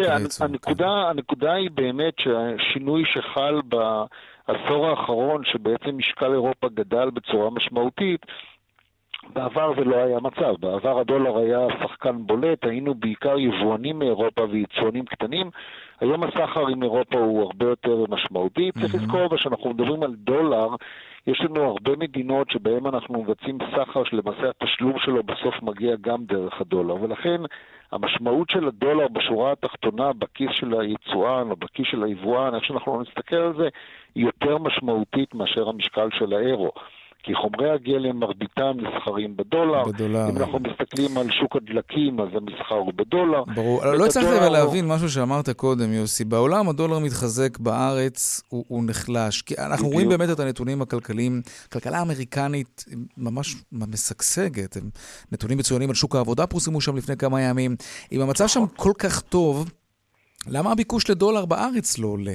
הנקודה היא באמת שהשינוי שחל בעשור האחרון, שבעצם משקל אירופה גדל בצורה משמעותית, בעבר זה לא היה מצב. בעבר הדולר היה שחקן בולט, היינו בעיקר יבואנים מאירופה ויצואנים קטנים. היום הסחר עם אירופה הוא הרבה יותר משמעותי. צריך לזכור שאנחנו מדברים על דולר, יש לנו הרבה מדינות שבהן אנחנו מבצעים סחר שלמעשה התשלום שלו בסוף מגיע גם דרך הדולר, ולכן המשמעות של הדולר בשורה התחתונה בכיס של היצואן או בכיס של היבואן, איך שאנחנו לא נסתכל על זה, היא יותר משמעותית מאשר המשקל של האירו. כי חומרי הגלם מרביתם נסחרים בדולר. אם אנחנו מסתכלים על שוק הדלקים, אז המסחר הוא בדולר.
ברור. לא הצלחתי אבל להבין משהו שאמרת קודם, יוסי. בעולם הדולר מתחזק, בארץ הוא נחלש. כי אנחנו רואים באמת את הנתונים הכלכליים. הכלכלה האמריקנית ממש משגשגת. נתונים מצוינים על שוק העבודה פורסמו שם לפני כמה ימים. אם המצב שם כל כך טוב, למה הביקוש לדולר בארץ לא עולה?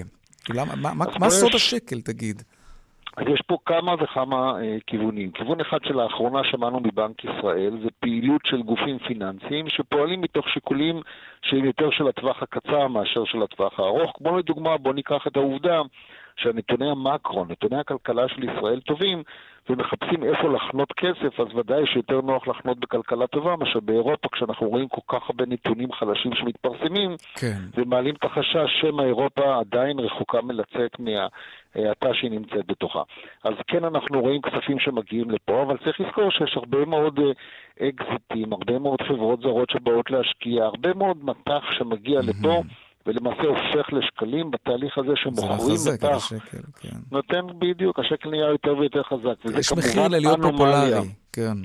מה סוד השקל, תגיד?
אז יש פה כמה וכמה כיוונים. כיוון אחד שלאחרונה שמענו מבנק ישראל, זה פעילות של גופים פיננסיים שפועלים מתוך שיקולים שהם יותר של הטווח הקצר מאשר של הטווח הארוך. כמו לדוגמה, בוא ניקח את העובדה שהנתוני המקרו, נתוני הכלכלה של ישראל טובים, ומחפשים איפה לחנות כסף, אז ודאי שיותר נוח לחנות בכלכלה טובה, מאשר באירופה, כשאנחנו רואים כל כך הרבה נתונים חלשים שמתפרסמים, כן. ומעלים את החשש שמא אירופה עדיין רחוקה מלצאת מהאטה שהיא נמצאת בתוכה. אז כן, אנחנו רואים כספים שמגיעים לפה, אבל צריך לזכור שיש הרבה מאוד אקזיטים, הרבה מאוד חברות זרות שבאות להשקיע, הרבה מאוד מטח שמגיע לפה, ולמעשה הופך לשקלים בתהליך הזה שמוכרים מטח.
כן.
נותן בדיוק, השקל נהיה יותר ויותר חזק.
יש מחיר ללהיות פופולרי, כן.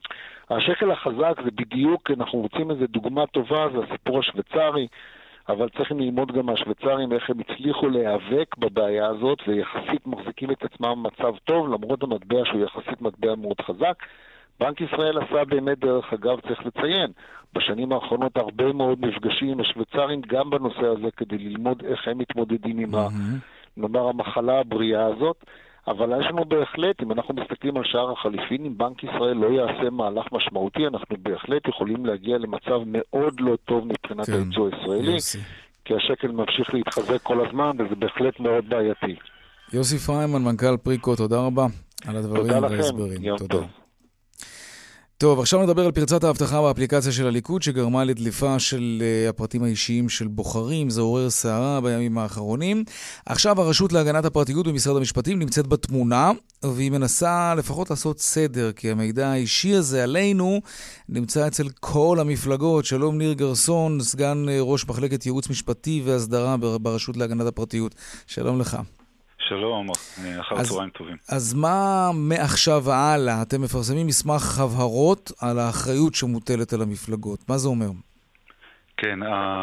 השקל החזק זה בדיוק, אנחנו רוצים איזו דוגמה טובה, זה הסיפור השוויצרי, אבל צריכים ללמוד גם מהשוויצרים איך הם הצליחו להיאבק בבעיה הזאת, ויחסית מחזיקים את עצמם במצב טוב, למרות המטבע שהוא יחסית מטבע מאוד חזק. בנק ישראל עשה באמת דרך אגב, צריך לציין, בשנים האחרונות הרבה מאוד מפגשים עם השוויצרים גם בנושא הזה כדי ללמוד איך הם מתמודדים עם נאמר המחלה הבריאה הזאת, אבל יש לנו בהחלט, אם אנחנו מסתכלים על שער החליפין, אם בנק ישראל לא יעשה מהלך משמעותי, אנחנו בהחלט יכולים להגיע למצב מאוד לא טוב מבחינת הייצוא הישראלי, כי השקל ממשיך להתחזק כל הזמן וזה בהחלט מאוד בעייתי.
יוסי פריימן, מנכ"ל פריקו, תודה רבה על הדברים וההסברים. תודה. טוב, עכשיו נדבר על פרצת ההבטחה באפליקציה של הליכוד, שגרמה לדליפה של הפרטים האישיים של בוחרים, זה עורר סערה בימים האחרונים. עכשיו הרשות להגנת הפרטיות במשרד המשפטים נמצאת בתמונה, והיא מנסה לפחות לעשות סדר, כי המידע האישי הזה עלינו נמצא אצל כל המפלגות. שלום ניר גרסון, סגן ראש מחלקת ייעוץ משפטי והסדרה ברשות להגנת הפרטיות. שלום לך.
שלום, אחר צהריים טובים.
אז מה מעכשיו והלאה? אתם מפרסמים מסמך הבהרות על האחריות שמוטלת על המפלגות. מה זה אומר?
כן,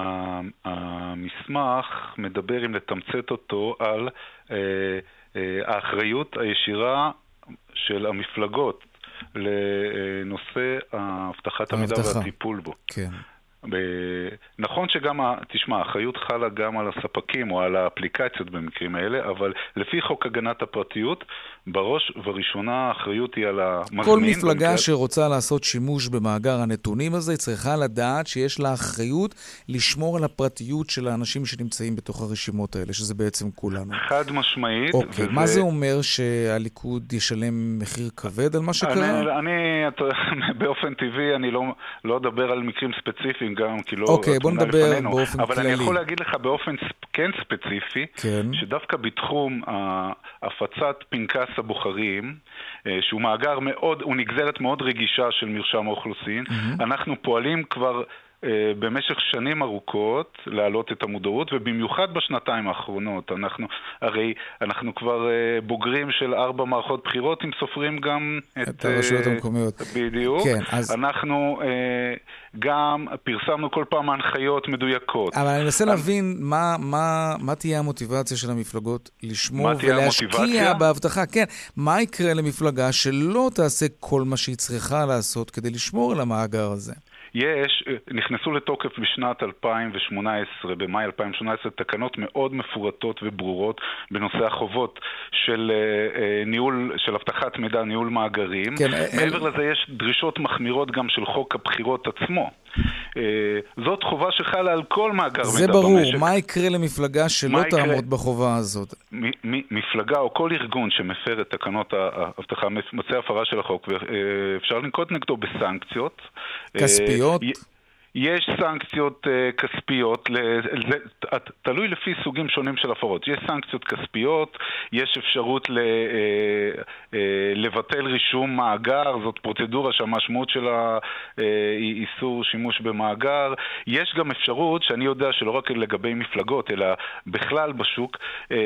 המסמך מדבר, אם לתמצת אותו, על האחריות הישירה של המפלגות לנושא הבטחת המידע והטיפול בו. כן. נכון שגם, תשמע, האחריות חלה גם על הספקים או על האפליקציות במקרים האלה, אבל לפי חוק הגנת הפרטיות, בראש וראשונה האחריות היא על המזמין.
כל מפלגה שרוצה לעשות שימוש במאגר הנתונים הזה, צריכה לדעת שיש לה אחריות לשמור על הפרטיות של האנשים שנמצאים בתוך הרשימות האלה, שזה בעצם כולנו.
חד משמעית.
אוקיי, מה זה אומר שהליכוד ישלם מחיר כבד על מה שקרה?
אני באופן טבעי, אני לא אדבר על מקרים ספציפיים גם, כי לא...
אוקיי, בוא נדבר באופן
אבל
כללי.
אני יכול להגיד לך באופן כן ספציפי, שדווקא בתחום הפצת פנקס הבוחרים, שהוא מאגר מאוד, הוא נגזרת מאוד רגישה של מרשם האוכלוסין, אנחנו פועלים כבר במשך שנים ארוכות להעלות את המודעות, ובמיוחד בשנתיים האחרונות. אנחנו כבר בוגרים של 4 מערכות בחירות, אם סופרים גם
את הרשויות המקומיות.
בדיוק. כן, אז... אנחנו גם פרסמנו כל פעם הנחיות מדויקות.
אבל אני מנסה להבין מה תהיה המוטיבציה של המפלגות לשמור ולהשקיע בהבטחה. כן, מה יקרה למפלגה שלא תעשה כל מה שהיא צריכה לעשות כדי לשמור על המאגר הזה?
נכנסו לתוקף בשנת 2018, במאי 2018, תקנות מאוד מפורטות וברורות בנושא החובות של ניהול, של הבטחת מידע, ניהול מאגרים. כן, מעבר לזה יש דרישות מחמירות גם של חוק הבחירות עצמו. זאת חובה שחלה על כל מאגר מידע במשק.
זה ברור, מה יקרה למפלגה שלא תעמוד בחובה הזאת?
מפלגה או כל ארגון שמפר את תקנות ההבטחה, מצא הפרה של החוק, ואפשר לנקוט נגדו בסנקציות.
כספיות?
יש סנקציות כספיות, תלוי לפי סוגים שונים של הפרות. יש סנקציות כספיות, יש אפשרות לבטל רישום מאגר, זאת פרוצדורה שהמשמעות שלה היא איסור שימוש במאגר. יש גם אפשרות, שאני יודע שלא רק לגבי מפלגות, אלא בכלל בשוק,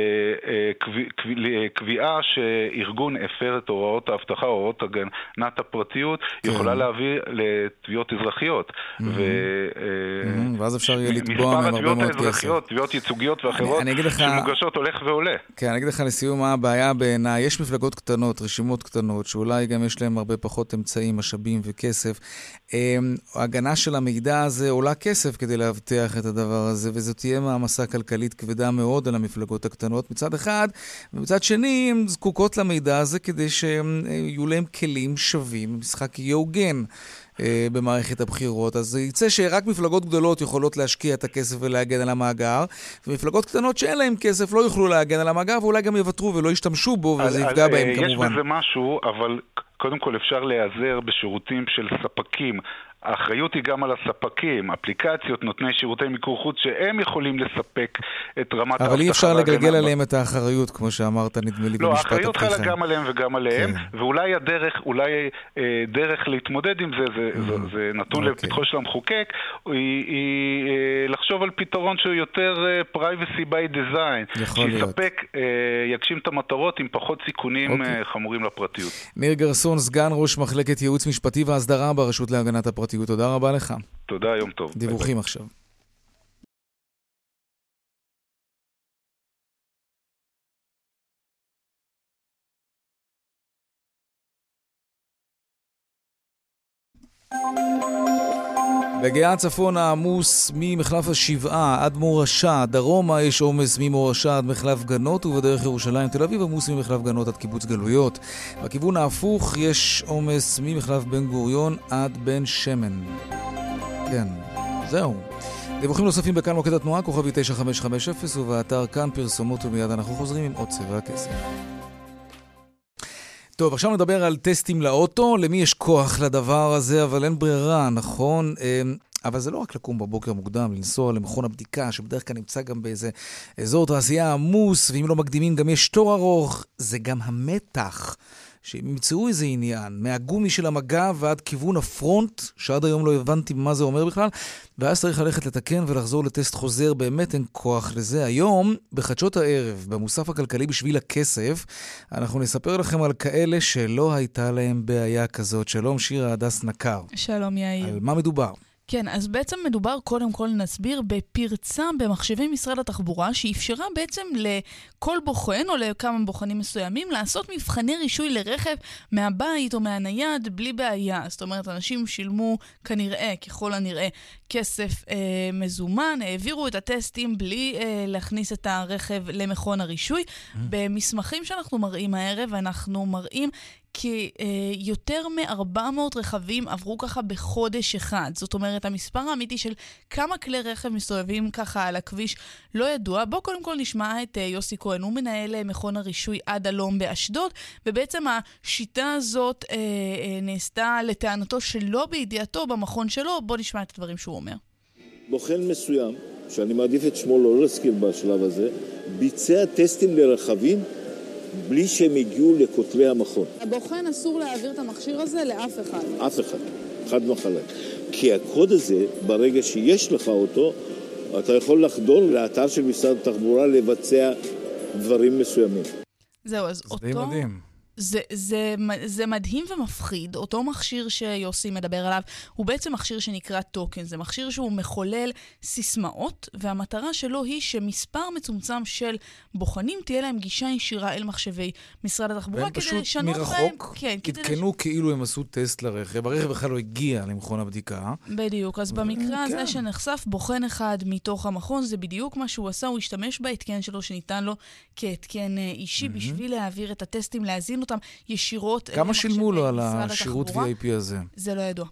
קביעה שארגון הפר את הוראות ההבטחה, הוראות הגנת הפרטיות, יכולה להביא לתביעות אזרחיות.
ואז אפשר יהיה לתבוע מהם הרבה מאוד כסף.
תביעות ייצוגיות ואחרות שמוגשות הולך ועולה.
כן, אני אגיד לך לסיום מה הבעיה בעיניי. יש מפלגות קטנות, רשימות קטנות, שאולי גם יש להם הרבה פחות אמצעים, משאבים וכסף. ההגנה של המידע הזה עולה כסף כדי להבטיח את הדבר הזה, וזו תהיה מעמסה כלכלית כבדה מאוד על המפלגות הקטנות מצד אחד, ומצד שני הן זקוקות למידע הזה כדי שיהיו להם כלים שווים, משחק יהיה הוגן במערכת הבחירות. אז זה יצא שרק מפלגות גדולות יכולות להשקיע את הכסף ולהגן על המאגר, ומפלגות קטנות שאין להם כסף לא יוכלו להגן על המאגר, ואולי גם יוותרו ולא ישתמשו בו, וזה יפגע בהם כמובן.
יש בזה משהו, אבל קודם כל אפשר להיעזר בשירותים של ספקים. האחריות היא גם על הספקים, אפליקציות, נותני שירותי מיקור חוץ, שהם יכולים לספק את רמת האבטחה.
אבל אי אפשר לגלגל עליהם את האחריות, כמו שאמרת, נדמה לי במשפט הפתיחה.
לא, האחריות חלה גם עליהם וגם עליהם, ואולי דרך להתמודד עם זה נתון לפתחו של המחוקק, היא לחשוב על פתרון שהוא יותר privacy by design, שיספק, יגשים את המטרות עם פחות סיכונים חמורים לפרטיות.
ניר גרסון, סגן ראש מחלקת ייעוץ משפטי והסדרה ברשות להגנת הפרטיות. תודה רבה לך.
תודה, יום טוב.
דיווחים עכשיו. בגאה הצפון העמוס ממחלף השבעה עד מורשה, דרומה יש עומס ממורשה עד מחלף גנות, ובדרך ירושלים תל אביב עמוס ממחלף גנות עד קיבוץ גלויות. בכיוון ההפוך יש עומס ממחלף בן גוריון עד בן שמן. כן, זהו. דיווחים נוספים בכאן מוקד התנועה, כוכבי 9550, ובאתר כאן פרסומות, ומיד אנחנו חוזרים עם עוד צבע הכסף. טוב, עכשיו נדבר על טסטים לאוטו, למי יש כוח לדבר הזה, אבל אין ברירה, נכון? אבל זה לא רק לקום בבוקר מוקדם, לנסוע למכון הבדיקה, שבדרך כלל נמצא גם באיזה אזור תעשייה עמוס, ואם לא מקדימים גם יש תור ארוך, זה גם המתח. שהם ימצאו איזה עניין, מהגומי של המגע ועד כיוון הפרונט, שעד היום לא הבנתי מה זה אומר בכלל, ואז צריך ללכת לתקן ולחזור לטסט חוזר, באמת אין כוח לזה. היום, בחדשות הערב, במוסף הכלכלי בשביל הכסף, אנחנו נספר לכם על כאלה שלא הייתה להם בעיה כזאת. שלום שירה הדס נקר.
שלום יאיר.
על מה מדובר?
כן, אז בעצם מדובר, קודם כל נסביר, בפרצה במחשבי משרד התחבורה, שאפשרה בעצם לכל בוחן או לכמה בוחנים מסוימים לעשות מבחני רישוי לרכב מהבית או מהנייד בלי בעיה. זאת אומרת, אנשים שילמו כנראה, ככל הנראה, כסף מזומן, העבירו את הטסטים בלי להכניס את הרכב למכון הרישוי. במסמכים שאנחנו מראים הערב, אנחנו מראים כי יותר מ-400 רכבים עברו ככה בחודש אחד. זאת אומרת, המספר האמיתי של כמה כלי רכב מסתובבים ככה על הכביש לא ידוע. בואו קודם כל נשמע את יוסי כהן, הוא מנהל מכון הרישוי עד הלום באשדוד, ובעצם השיטה הזאת נעשתה לטענתו שלא בידיעתו במכון שלו. בואו נשמע את הדברים שהוא אומר.
בוחן מסוים, שאני מעדיף את שמו לא להזכיר בשלב הזה, ביצע טסטים לרכבים בלי שהם הגיעו לכותלי המכון.
הבוחן אסור להעביר את המכשיר הזה לאף אחד.
אף אחד, חד וחלק. כי הקוד הזה, ברגע שיש לך אותו, אתה יכול לחדור לאתר של משרד התחבורה לבצע דברים מסוימים.
זהו, אז אותו...
זה מדהים.
זה מדהים ומפחיד. אותו מכשיר שיוסי מדבר עליו, הוא בעצם מכשיר שנקרא טוקן. זה מכשיר שהוא מחולל סיסמאות, והמטרה שלו היא שמספר מצומצם של בוחנים תהיה להם גישה ישירה אל מחשבי משרד התחבורה, כדי לשנות בהם...
והם פשוט מרחוק התקנו כאילו הם עשו טסט לרכב. הרכב בכלל לא הגיע למכון הבדיקה.
בדיוק. אז במקרה הזה שנחשף בוחן אחד מתוך המכון, זה בדיוק מה שהוא עשה. הוא השתמש בהתקן שלו שניתן לו כהתקן אישי בשביל להעביר את הטסטים, להזין אותם ישירות.
כמה שילמו לו על השירות VIP הזה?
זה לא ידוע.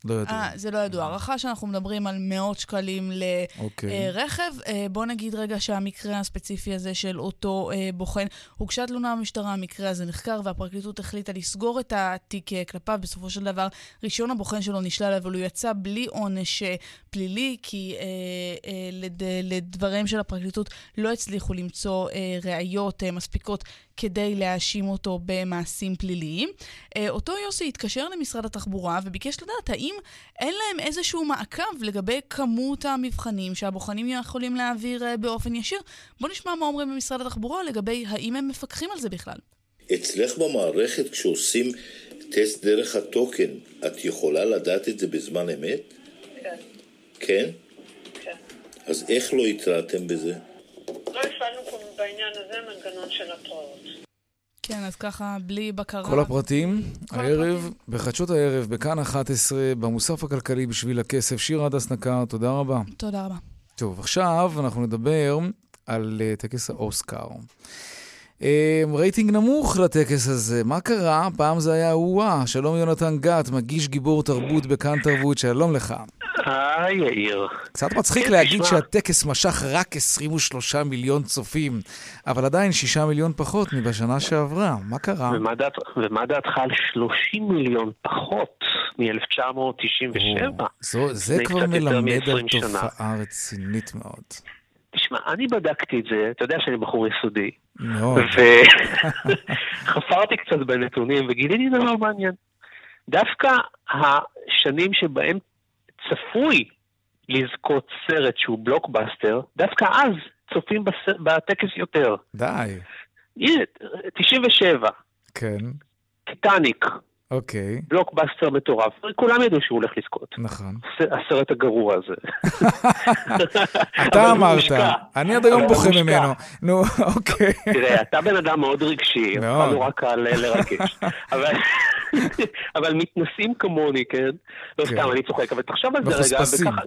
לא ידוע.
זה לא ידוע. הערכה שאנחנו מדברים על מאות שקלים לרכב. בוא נגיד רגע שהמקרה הספציפי הזה של אותו בוחן, הוגשה תלונה במשטרה, המקרה הזה נחקר, והפרקליטות החליטה לסגור את התיק כלפיו. בסופו של דבר, רישיון הבוחן שלו נשלל, אבל הוא יצא בלי עונש פלילי, כי לדברים של הפרקליטות לא הצליחו למצוא ראיות מספיקות כדי להאשים אותו במעשים פליליים. אותו יוסי התקשר למשרד התחבורה וביקש לדעת האם אין להם איזשהו מעקב לגבי כמות המבחנים שהבוחנים יכולים להעביר באופן ישיר. בוא נשמע מה אומרים במשרד התחבורה לגבי האם הם מפקחים על זה בכלל.
אצלך במערכת כשעושים טסט דרך הטוקן, את יכולה לדעת את זה בזמן אמת?
כן.
כן?
כן.
אז איך לא התרעתם בזה?
לא הפעלנו פה בעניין הזה מנגנון של התראות.
כן, אז ככה, בלי בקרה.
כל הפרטים, הערב, בחדשות הערב, בכאן 11, במוסף הכלכלי בשביל הכסף. שיר הדס נקר, תודה רבה.
תודה רבה.
טוב, עכשיו אנחנו נדבר על טקס האוסקר. רייטינג נמוך לטקס הזה. מה קרה? פעם זה היה וואה. שלום יונתן גת, מגיש גיבור תרבות בכאן תרבות. שלום לך.
היי יאיר.
קצת מצחיק להגיד שהטקס משך רק 23 מיליון צופים, אבל עדיין 6 מיליון פחות מבשנה שעברה. מה קרה?
ומה דעתך על 30 מיליון פחות מ-1997?
זה כבר מלמד על תופעה רצינית מאוד.
תשמע, אני בדקתי את זה, אתה יודע שאני בחור יסודי, וחפרתי קצת בנתונים וגיליתי דבר מעניין. דווקא השנים שבהם צפוי לזכות סרט שהוא בלוקבאסטר, דווקא אז צופים בטקס יותר.
די.
97.
כן.
טיטניק.
אוקיי.
בלוקבאסטר מטורף. כולם ידעו שהוא הולך לזכות.
נכון.
הסרט הגרוע הזה.
אתה אמרת. אני עד היום בוכה ממנו. נו, אוקיי.
תראה, אתה בן אדם מאוד רגשי. אתה נורא קל לרגש. אבל מתנסים כמוני, כן? לא סתם, אני צוחק. אבל תחשוב על זה רגע.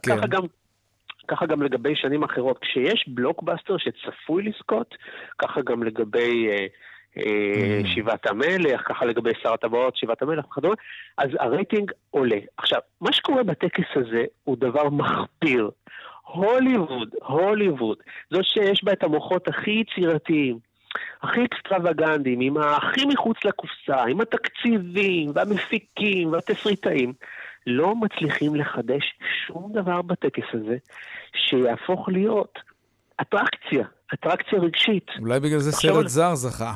ככה גם לגבי שנים אחרות. כשיש בלוקבאסטר שצפוי לזכות, ככה גם לגבי שיבת המלך, ככה לגבי שר הטבעות, שיבת המלך וכדומה, אז הרייטינג עולה. עכשיו, מה שקורה בטקס הזה הוא דבר מחפיר. הוליווד, זאת שיש בה את המוחות הכי יצירתיים, הכי אקסטרווגנדיים, עם הכי מחוץ לקופסה, עם התקציבים והמפיקים והתסריטאים, לא מצליחים לחדש שום דבר בטקס הזה שיהפוך להיות אטרקציה רגשית.
אולי בגלל זה סרט זר זכה.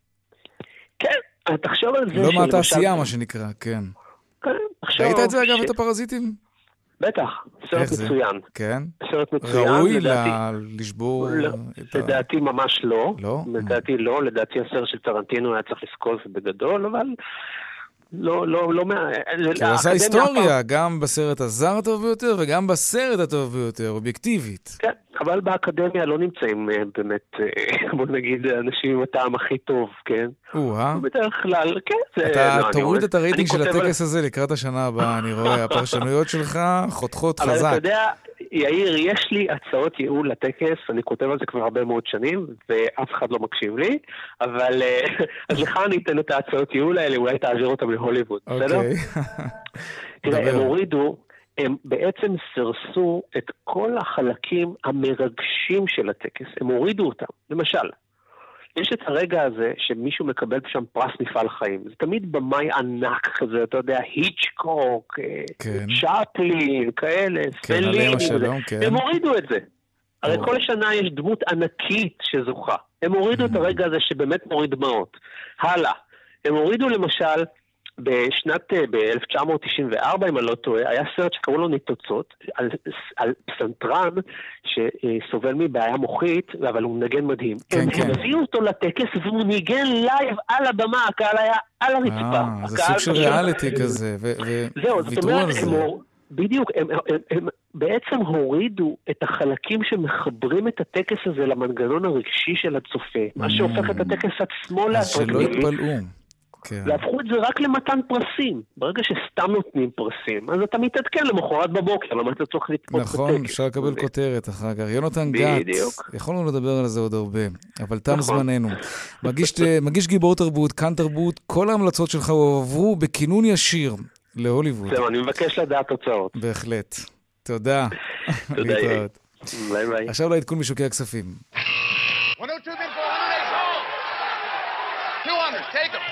כן, תחשוב על זה.
לא מהתעשייה, מה שנקרא, כן. ראית את זה אגב, את הפרזיטים?
בטח, סרט מצוין.
כן?
סרט מצוין.
ראוי לשבור...
לדעתי ממש לא. לדעתי לא, לדעתי הסרט של טרנטינו היה צריך לזכות בגדול, אבל... לא
כי הוא עשה היסטוריה, גם בסרט הזר הטוב ביותר וגם בסרט הטוב ביותר, אובייקטיבית.
כן, אבל באקדמיה לא נמצאים באמת, בוא נגיד, אנשים עם הטעם הכי טוב, כן? בדרך כלל, כן.
אתה תוריד את הרייטינג של הטקס הזה לקראת השנה הבאה, אני רואה, הפרשנויות שלך חותכות חזק.
אבל אתה יודע, יאיר, יש לי הצעות ייעול לטקס, אני כותב על זה כבר הרבה מאוד שנים, ואף אחד לא מקשיב לי, אבל אז לך אני אתן את ההצעות ייעול האלה, אולי תעביר אותם להוליווד, בסדר? תראה, הם הורידו, הם בעצם סרסו את כל החלקים המרגשים של הטקס, הם הורידו אותם, למשל. יש את הרגע הזה שמישהו מקבל שם פרס מפעל חיים. זה תמיד במאי ענק כזה, אתה יודע, היצ'קוק, צ'פלין, כאלה, פליני. הם הורידו את זה. הרי כל שנה יש דמות ענקית שזוכה. הם הורידו את הרגע הזה שבאמת מוריד דמעות. הלאה. הם הורידו למשל... ב-1994, אם אני לא טועה, היה סרט שקראו לו ניצוצות, על פסנתרן שסובל מבעיה מוחית, אבל הוא מנגן מדהים. הם הביאו אותו לטקס והוא ניגן לייב על הבמה, הקהל היה על הרצפה.
זה סוג של ריאליטי כזה, וויתרו על זה.
בדיוק, הם בעצם הורידו את החלקים שמחברים את הטקס הזה למנגנון הרגשי של הצופה, מה שהופך את הטקס עצמו
לאטרקטיבי. שלא יתפלאו.
והפכו את זה רק למתן פרסים. ברגע שסתם נותנים פרסים, אז אתה מתעדכן למחרת בבוקר, למה אתה צריך לתפוס בטקס.
נכון, אפשר לקבל כותרת אחר כך. יונתן גת, יכולנו לדבר על זה עוד הרבה, אבל תם זמננו. מגיש גיבור תרבות, כאן תרבות, כל ההמלצות שלך הועברו בכינון ישיר להוליווד.
זהו, אני מבקש לדעת תוצאות.
בהחלט. תודה.
תודה. ביי ביי.
עכשיו לעדכון משוקי הכספים.
102 bid for 100, 200, take them.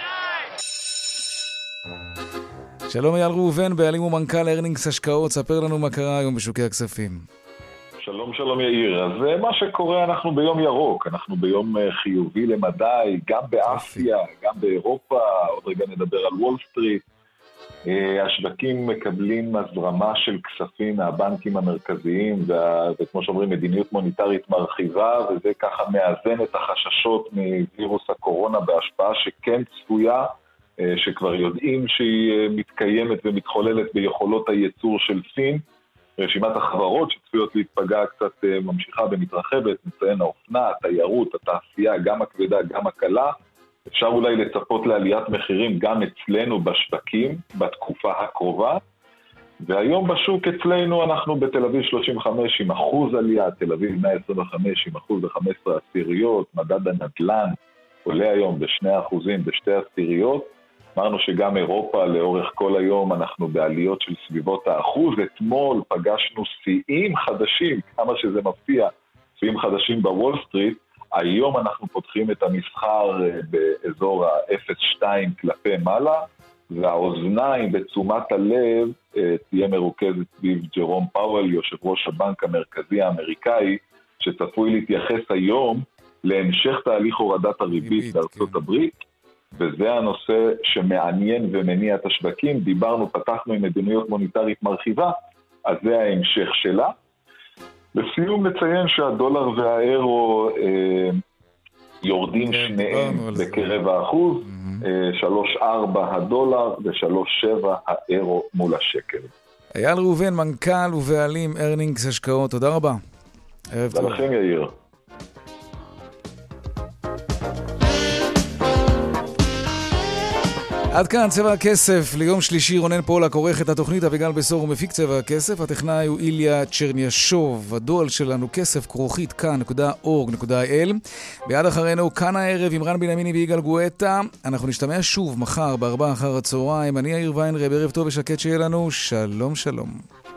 שלום אייל ראובן, בעלים ומנכ"ל ארנינגס השקעות, ספר לנו מה קרה היום בשוקי הכספים.
שלום יאיר, אז מה שקורה, אנחנו ביום ירוק, אנחנו ביום חיובי למדי, גם באסיה, גם באירופה, עוד רגע נדבר על וול סטריט. השווקים מקבלים הזרמה של כספים מהבנקים המרכזיים, וכמו שאומרים, מדיניות מוניטרית מרחיבה, וזה ככה מאזן את החששות מווירוס הקורונה בהשפעה שכן צפויה, שכבר יודעים שהיא מתקיימת ומתחוללת ביכולות הייצור של סין. רשימת החברות שצפויות להתפגע קצת ממשיכה ומתרחבת, נציין האופנה, התיירות, התעשייה, גם הכבדה, גם הקלה. אפשר אולי לצפות לעליית מחירים גם אצלנו בשווקים בתקופה הקרובה. והיום בשוק אצלנו אנחנו בתל אביב 35 עם אחוז עלייה, תל אביב 125 עם אחוז ו15 עשיריות, מדד הנדל"ן עולה היום ב2% ב2 אמרנו שגם אירופה לאורך כל היום אנחנו בעליות של סביבות האחוז. אתמול פגשנו שיאים חדשים, כמה שזה מפתיע, שיאים חדשים בוול סטריט. היום אנחנו פותחים את המסחר באזור ה-0.2 כלפי מעלה, והאוזניים בתשומת הלב תהיה מרוכזת סביב ג'רום פאוול, יושב ראש הבנק המרכזי האמריקאי, שצפוי להתייחס היום להמשך תהליך הורדת הריבית בארצות הברית, וזה הנושא שמעניין ומניע את השווקים. פתחנו עם מדיניות מוניטרית מרחיבה, אז זה ההמשך שלה. לסיום נציין שהדולר והאירו יורדים שניהם בקרב האחוז, 3.4 הדולר ו3.7 האירו מול השקל.
אייל ראובן, מנכ"ל ובעלים ארנינגס השקעות, תודה רבה. ערב טוב.
ולכם יאיר.
עד כאן צבע הכסף ליום שלישי. רונן פולק עורך את התוכנית, אביגל בסור ומפיק צבע הכסף. הטכנאי הוא איליה צ'רניאשוב. הדואל שלנו כסף@כאן.org.il. ביד אחרינו כאן הערב עם רן בנימיני ויגאל גואטה. אנחנו נשתמע שוב מחר ב4 אחר הצהריים. אני יאיר ויינרב, ערב טוב ושקט שיהיה לנו. שלום שלום.